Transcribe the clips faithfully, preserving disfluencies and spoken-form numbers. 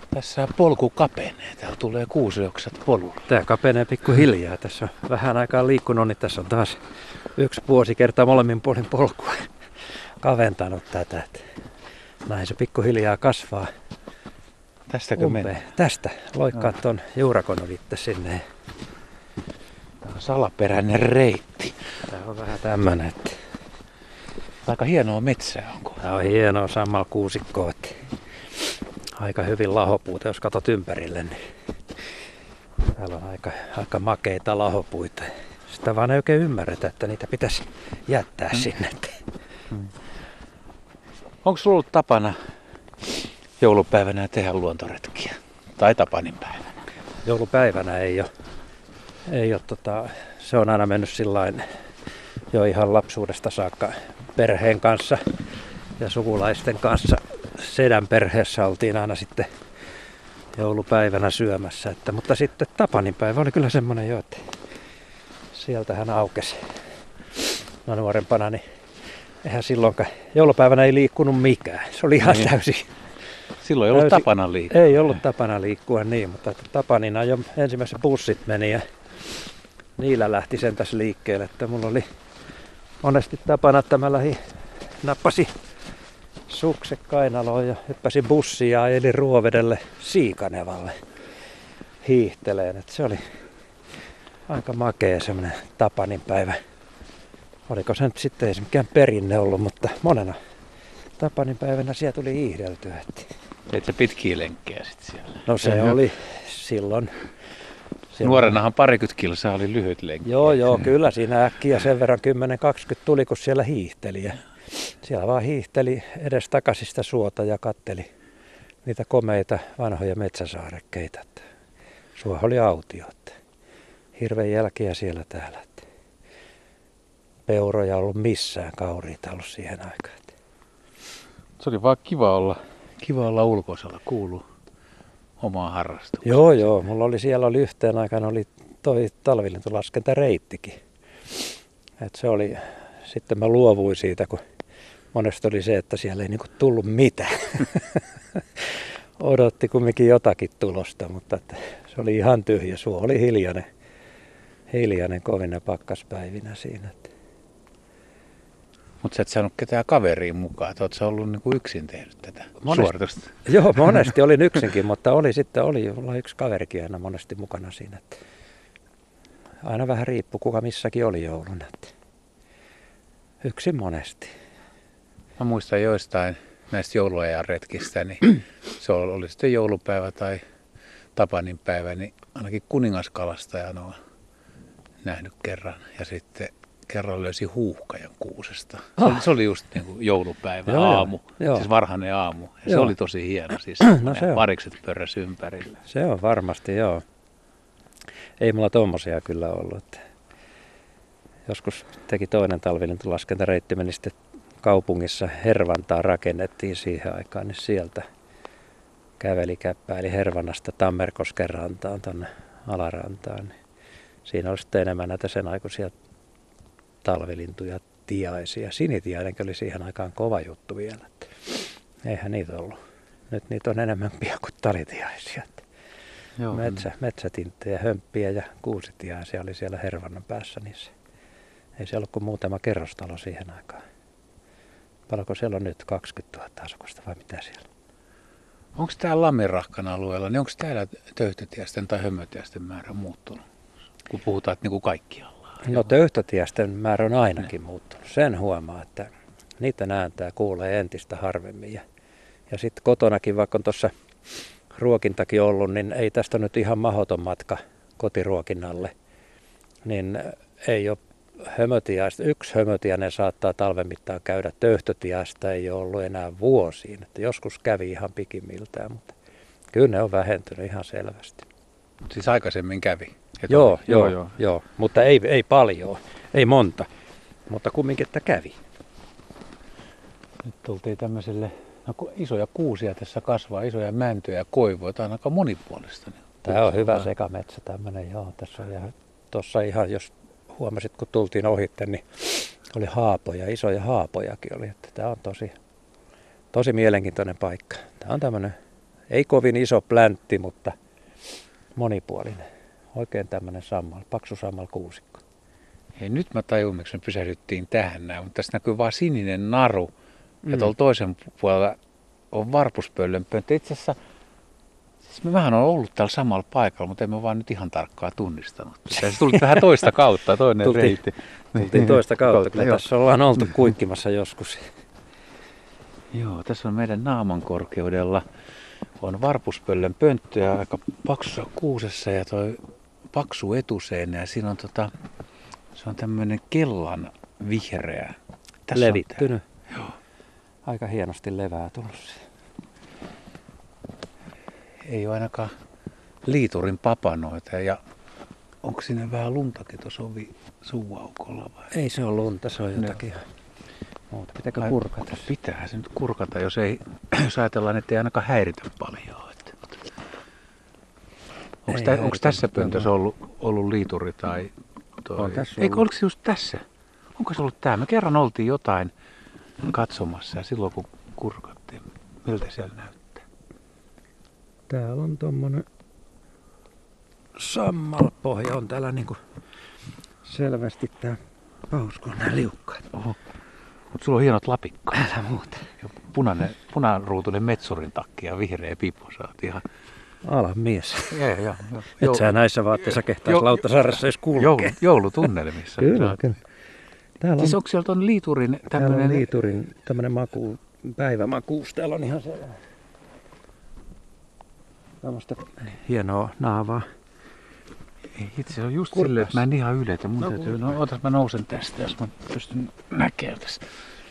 Tässä polku kapenee. Täällä tulee kuusioksat polulle. Tää kapenee pikkuhiljaa. Tässä on vähän aikaa liikkunut, niin tässä on taas yksi vuosi kertaa molemmin puolin polkua kaventanut tätä. Näin se pikkuhiljaa kasvaa. Tästäkö mennään? Tästä. Loikkaa tuon juurakon ovitte sinne. Tää on salaperäinen reitti. Tää on vähän tämmönen, että... Aika hienoa metsää onko? Tää on hienoa samalla kuusikkoa. Aika hyvin lahopuuta, jos katsot ympärille, niin täällä on aika, aika makeita lahopuita. Sitä vaan ei oikein ymmärretä, että niitä pitäisi jättää hmm. sinne. Hmm. Onko sulla ollut tapana joulupäivänä tehdä luontoretkiä? Tai tapaninpäivänä? Joulupäivänä ei ole. Ei ole tota, se on aina mennyt sillain jo ihan lapsuudesta saakka perheen kanssa ja sukulaisten kanssa. Sedän perheessä oltiin aina sitten joulupäivänä syömässä. Että, mutta sitten tapaninpäivä oli kyllä semmoinen jo, että sieltähän aukesi. No nuorempana, niin eihän silloinkaan joulupäivänä ei liikkunut mikään. Se oli ihan niin. täysin. Silloin ei ollut täysin, tapana liikkua. Ei ollut tapana liikkua niin, mutta tapanina jo ensimmäiset bussit meni ja niillä lähti sen tässä liikkeelle. Että mulla oli monesti tapana, että mä lähdin, nappasin sukset kainaloon ja hyppäsin bussiin ja ajelin Ruovedelle Siikanevalle hiihteleen. Että se oli aika makea semmoinen tapaninpäivä. Oliko se nyt sitten ei se mikään perinne ollut, mutta monena tapaninpäivänä siellä tuli hiihdeltyä. Teit sä pitkiä lenkkejä sitten siellä? No se ja oli silloin. Nuorenahan parikymmentä kilsaa oli lyhyt lenkki. Joo, joo, kyllä siinä äkkiä sen verran kymmenen kaksikymmentä tuli, kun siellä hiihteli. Ja siellä vaan hiihteli edes takaisin sitä suota ja katteli niitä komeita vanhoja metsäsaarekkeita. Suo oli autio. Hirveän jälkiä siellä täällä. Peuroja ollut missään, kauriita ollut siihen aikaan. Se oli vaan kiva olla, kiva olla ulkoisella, kuuluu omaa harrastukseen. Joo, joo. Mulla oli siellä oli yhteen aikana oli toi talvilintulaskentareittikin. Et se oli, sitten mä luovuin siitä, kun monesti oli se, että siellä ei niinku tullut mitään. Odotti kumminkin jotakin tulosta, mutta että se oli ihan tyhjä. Suo oli hiljainen, hiljainen kovina pakkaspäivinä siinä. Mutta sä et saanut ketään kaveriin mukaan, että oot sä ollut niinku yksin tehnyt tätä monesti, suoritusta. Joo, monesti olin yksinkin, mutta oli sitten oli mulla yksi kaverikin aina monesti mukana siinä. Että aina vähän riippui kuka missäkin oli jouluna. Yksin monesti. Mä muistan joistain näistä jouluajan retkistä, niin se oli sitten joulupäivä tai tapaninpäivä, niin ainakin kuningaskalastajan on nähnyt kerran ja sitten kerran löysi huuhkajan kuusesta. Se, ah. oli, se oli just niin kuin joulupäivä, joo, aamu, joo. Siis varhainen aamu. Ja se oli tosi hieno, siis no se parikset pörräs ympärillä. Se on varmasti, joo. Ei mulla tommosia kyllä ollut. Joskus teki toinen talvilintulaskentareitti, meni sitten kaupungissa Hervantaa rakennettiin siihen aikaan, niin sieltä käveli käppäili Hervannasta Tammerkosken rantaan tuonne Alarantaan. Siinä oli sitten enemmän näitä sen aikuisia talvilintuja, tiaisia. Sinitiainenkin oli siihen aikaan kova juttu vielä. Eihän niitä ollut. Nyt niitä on enemmän pian kuin talitiaisia. Joo, Metsä, metsätinttejä, hömppiä ja kuusitiaisia oli siellä Hervannan päässä. Niissä. Ei siellä ollut kuin muutama kerrostalo siihen aikaan. Paljonko siellä on nyt kaksikymmentätuhatta asukasta vai mitä siellä? Onko täällä Lamminrahkan alueella, niin onko täällä töyhtötiäisten tai hömötiäisten määrä muuttunut? Kun puhutaan, että niin kuin kaikkialla. No töyhtötiäisten määrä on ainakin ne. muuttunut. Sen huomaa, että niitä ääntää kuulee entistä harvemmin. Ja, ja sitten kotonakin, vaikka on tuossa ruokintakin ollut, niin ei tästä nyt ihan mahdoton matka kotiruokinnalle. Niin ei ole hömötiäistä. Yksi hömötiäinen saattaa talven mittaan käydä. Töyhtötiäistä ei ole ollut enää vuosiin. Että joskus kävi ihan pikimmiltään, mutta kyllä ne on vähentynyt ihan selvästi. Siis aikaisemmin kävi? Joo, joo, joo, joo, mutta ei, ei paljon, ei monta, mutta kumminkin, että kävi. Nyt tultiin tämmöiselle, no isoja kuusia tässä kasvaa, isoja mäntyjä ja koivuja, tämä on aika monipuolista. Niin tämä on hyvä sekametsä tämmöinen, joo, tässä on ja tuossa ihan, jos huomasit kun tultiin ohitte, niin oli haapoja, isoja haapojakin oli, että tämä on tosi, tosi mielenkiintoinen paikka. Tämä on tämmöinen Ei kovin iso pläntti, mutta monipuolinen. Oikein tämmöinen sammal, paksu sammalkuusikko. Hei, nyt mä tajun, miksi me pysähdyttiin tähän näin, mutta tässä näkyy vaan sininen naru. Ja Mm. tuolla toisen puolella on varpuspöllön pönttö. Itse asiassa siis me vähän on ollut täällä samalla paikalla, mutta emme vaan nyt ihan tarkkaan tunnistanut. Se tuli vähän toista kautta, toinen Tultiin- reitti. Tultiin toista kautta, kyllä joo. tässä ollaan oltu kuikkimassa joskus. Joo, tässä on meidän naaman korkeudella on varpuspöllön pönttö ja aika paksussa kuusessa ja toi paksu etuseinä ja siinä on tota, se on tämmöinen kellan vihreä. Tässä on Levittynyt. tää. Joo. Aika hienosti levää tullut siihen. Ei ole ainakaan liiturin papanoita ja onko siinä vähän luntakin tuossa ovi suuaukolla vai? Ei se ole lunta, se on Joo. jotakin ihan muuta. Pitääkö Ai, kurkata? Pitää se nyt kurkata, jos, ei, jos ajatellaan, että ei ainakaan häiritä paljon. Että. Onko, Ei tä, häiritä, onko tässä mutta pöntössä on- ollut, ollut liituri tai toi? On tässä Eikö ollut. oliko se just tässä? Onko se ollut tämä? Me kerran oltiin jotain katsomassa ja silloin kun kurkattiin, miltä siellä näyttää? Täällä on tommonen sammalpohja. On täällä niinku selvästi tää pausko on nää liukkaat. Oho. Mutta sulla on hienot lapikkaat. Älä muuta. Ja punainen, punaruutuinen metsurin takki ja vihreä pipo. Sä oot ihan... Alan mies. Joo, joo, joo. Et sä näissä vaatteissa kehtaisi Joo, Lauttasaaressa edes kulkea. Joulu, joulutunnelmissa. Sä Kyllä, oot- kyllä. Täällä on, Siis onko siellä tuon liiturin täällä on tämmöinen... liiturin tämmönen maku, päivämakuus. Täällä on ihan sellainen. Tämmöstä hienoa naavaa. Ei, itse se on just Kurkkas. silleen, että mä en ihan yletä. Mun No, täytyy, no otas mä nousen tästä, jos mä pystyn näkemään tässä.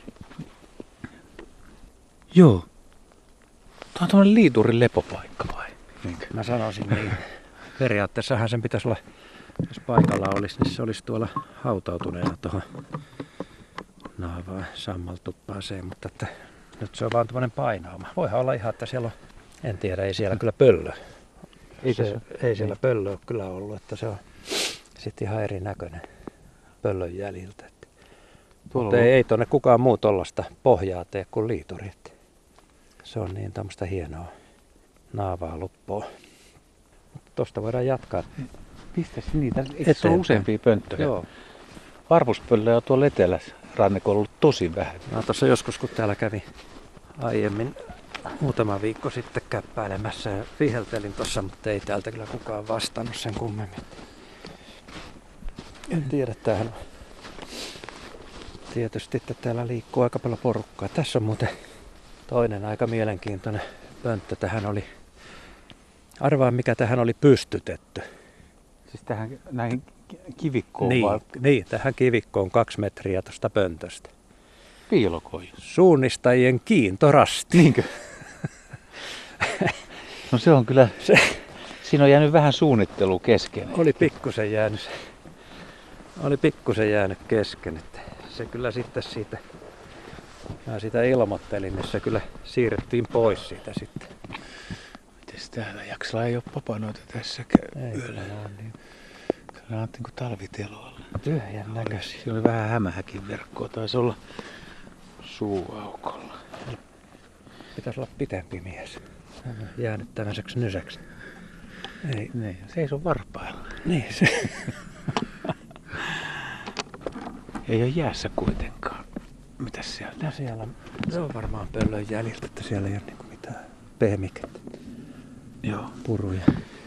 Joo. Tuo on tämmönen liiturin lepopaikka vai? Niinkö? Mä sanoisin niin. Periaatteessahan sen pitäisi olla, jos paikalla olisi, niin se olisi tuolla hautautuneena tuohon naavaan sammaltuppaaseen, mutta että nyt se on vaan tämmöinen painauma. Voihan olla ihan, että siellä on, en tiedä, ei siellä kyllä pöllö. Ei se, tässä- ei siellä pöllö ole kyllä ollut, että se on sitten ihan erinäköinen pöllön jäljiltä. Että. Tuolla Mutta on- ei, ei tuonne kukaan muu tuollaista pohjaa tee kuin liituri. Että se on niin tämmöistä hienoa naavaa luppoa. Mutta tuosta voidaan jatkaa. Pistäs niitä. Eikö se Eteenpäin. ole useampia pönttöjä? Joo. Varpuspöllöjä on tuolla etelässä rannikolla ollut tosi vähän. Mä tuossa joskus, kun täällä kävi aiemmin muutama viikko sitten käppäilemässä ja viheltelin tuossa, mutta ei täältä kyllä kukaan vastannut sen kummemmin. En tiedä, tämähän on tietysti, että täällä liikkuu aika paljon porukkaa. Tässä on muuten toinen aika mielenkiintoinen pönttö. Tähän oli, arvaa mikä tähän oli pystytetty. Siis tähän näihin kivikkoon Niin, vaan niin, tähän kivikkoon kaksi metriä tuosta pöntöstä. piilokoja. Suunnistajien kiintorasti. Niinkö? No se on kyllä, Se siinä on jäänyt vähän suunnittelu kesken. oli pikkusen jäänyt, se- oli pikkusen jäänyt kesken. Että se kyllä sitten siitä, mä sitä ilmoittelin, niin se kyllä siirrettiin pois siitä sitten. Mites täällä Jaksala ei ole papanoita tässäkään Ei yöllä. kyllä ole niin Kyllä on niin kuin talviteloilla. tyhjän näköisiä. Siinä oli vähän hämähäkin verkkoa, taisi olla suuaukolla. Pitäisi olla pitempi mies. Hän on jäänyt tämmöiseksi nysäksi. Ei, Niin, seiso varpailla. niin se. Ei ole jäässä kuitenkaan. Mitäs siellä? No siellä, se on varmaan pöllön jäljiltä, että siellä ei ole niinku mitään pehmikettä, Joo. puruja.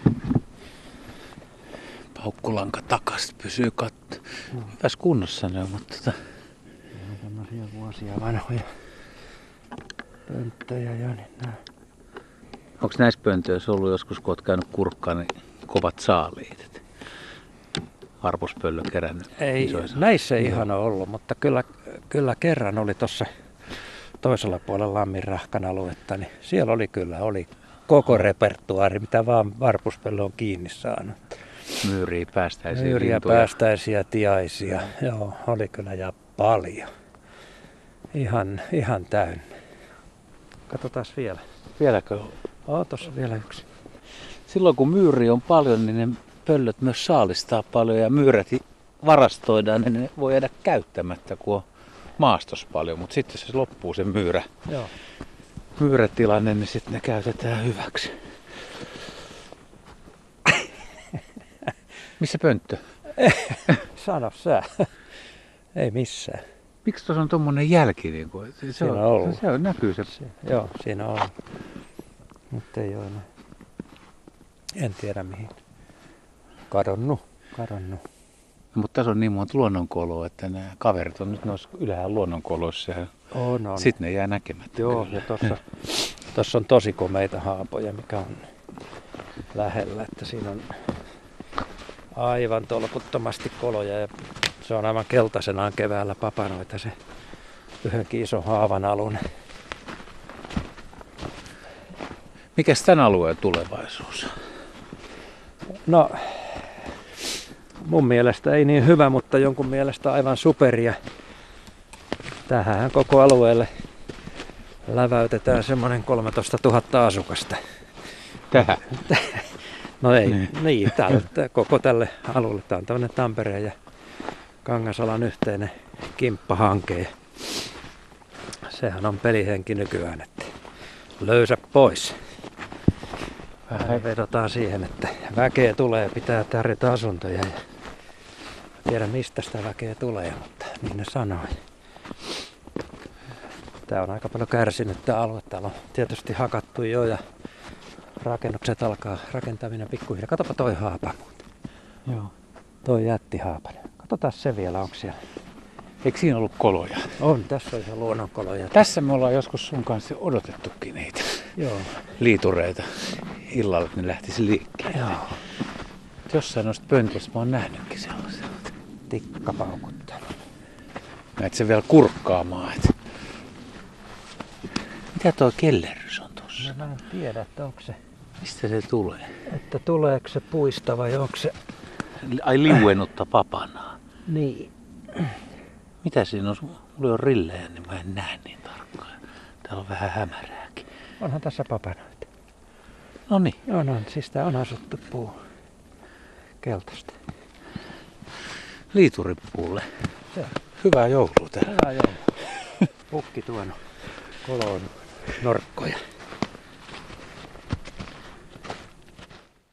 Paukkulanka takas pysyy katto. Hyvässä kunnossa ne on, mutta tota, Ne on tämmöisiä vuosia vanhoja pönttöjä ja niin nää. onko näissä pöntöissä ollut joskus, kun oot käynyt kurkkaan, niin kovat saaliit? Et Varpuspöllö kerännyt Ei, isoja saaliita? näissä ei ihan ole ollut, mutta kyllä, kyllä kerran oli tuossa toisella puolella Lammin rahkan aluetta, niin siellä oli kyllä oli koko repertuaari, mitä vaan varpuspöllö on kiinni saanut. Myyriä päästäisiin. Myyriä, lintuja. päästäisiä, tiaisia, joo, oli kyllä ja paljon. Ihan, ihan täynnä. Katsotaan vielä. Vieläkö? Oo, tossa vielä yksi. Silloin kun myyri on paljon, niin ne pöllöt myös saalistaa paljon ja myyrät varastoidaan, niin ne voi jäädä käyttämättä, kun on maastos paljon. Mutta sitten se loppuu se myyrä. Joo. myyrätilanne, niin sitten ne käytetään hyväksi. Missä pönttö? Sano sä. Ei missään. Miksi tuossa on tommonen jälki? Niin kuin, se, Siinä on, on ollut. Se, se on, näkyy se. Se, joo, siinä on. Nyt ei ole enää. En tiedä mihin. Kadonnut. Kadonnut. No, mutta tässä on niin monta luonnonkoloa, että nämä kaverit on nyt noissa ylhäällä luonnonkoloissa. Ja On, on. sitten ne jää näkemättä. Joo, kyllä. ja tossa, tossa on tosi komeita haapoja, mikä on lähellä. Että siinä on aivan tolkuttomasti koloja ja se on aivan keltaisenaan keväällä papanoita se yhdenkin ison haavan alun. Mikäs tämän alueen tulevaisuus? No, mun mielestä ei niin hyvä, mutta jonkun mielestä aivan superia. Tähän koko alueelle läväytetään semmoinen kolmetoistatuhatta asukasta. Tähän? No ei, Niin. niin, tälle, koko tälle alueelle. Tämä on tämmöinen Tampereen ja Kangasalan yhteinen kimppahanke. Sehän on pelihenki nykyään, että löysä pois. Vähän vedotaan siihen, että väkeä tulee, pitää tarjota asuntoja. Ja tiedä mistä sitä väkeä tulee, mutta niin ne sanoi. Tää on aika paljon kärsinyt tää alue. Täällä on tietysti hakattu jo ja rakennukset alkaa rakentaminen pikkuhiljaa. Katsopa toi haapa muuten. Joo. Toi jättihaapa. Katsotaan se vielä, onko siellä. Eikö siinä ollut koloja? On, tässä on ihan luonnonkoloja. Tässä me ollaan joskus sun kanssa odotettukin niitä Joo. liitureita illalla, että ne lähtisi liikkeelle. Joo. Jossain noista pöntöistä mä oon nähnytkin sellaisia. Tikka paukuttaa. Näet sen vielä kurkkaamaan. Et... Mitä tuo kellerys on tossa? No, mä en tiedä, että onko se, Mistä se tulee? että tuleeko se puista vai onko se... Ai liuennutta papanaa. Niin. Mitä siinä on? Mulla on rillejä, niin mä en näe niin tarkkaan. Täällä on vähän hämärääkin. Onhan tässä papanoita. No niin. On, on. Siis tää on asuttu puu. Keltaista. Liituripuulle. Se. Hyvää joulua täällä. Hyvä joo. Pukki tuonut koloon norkkoja.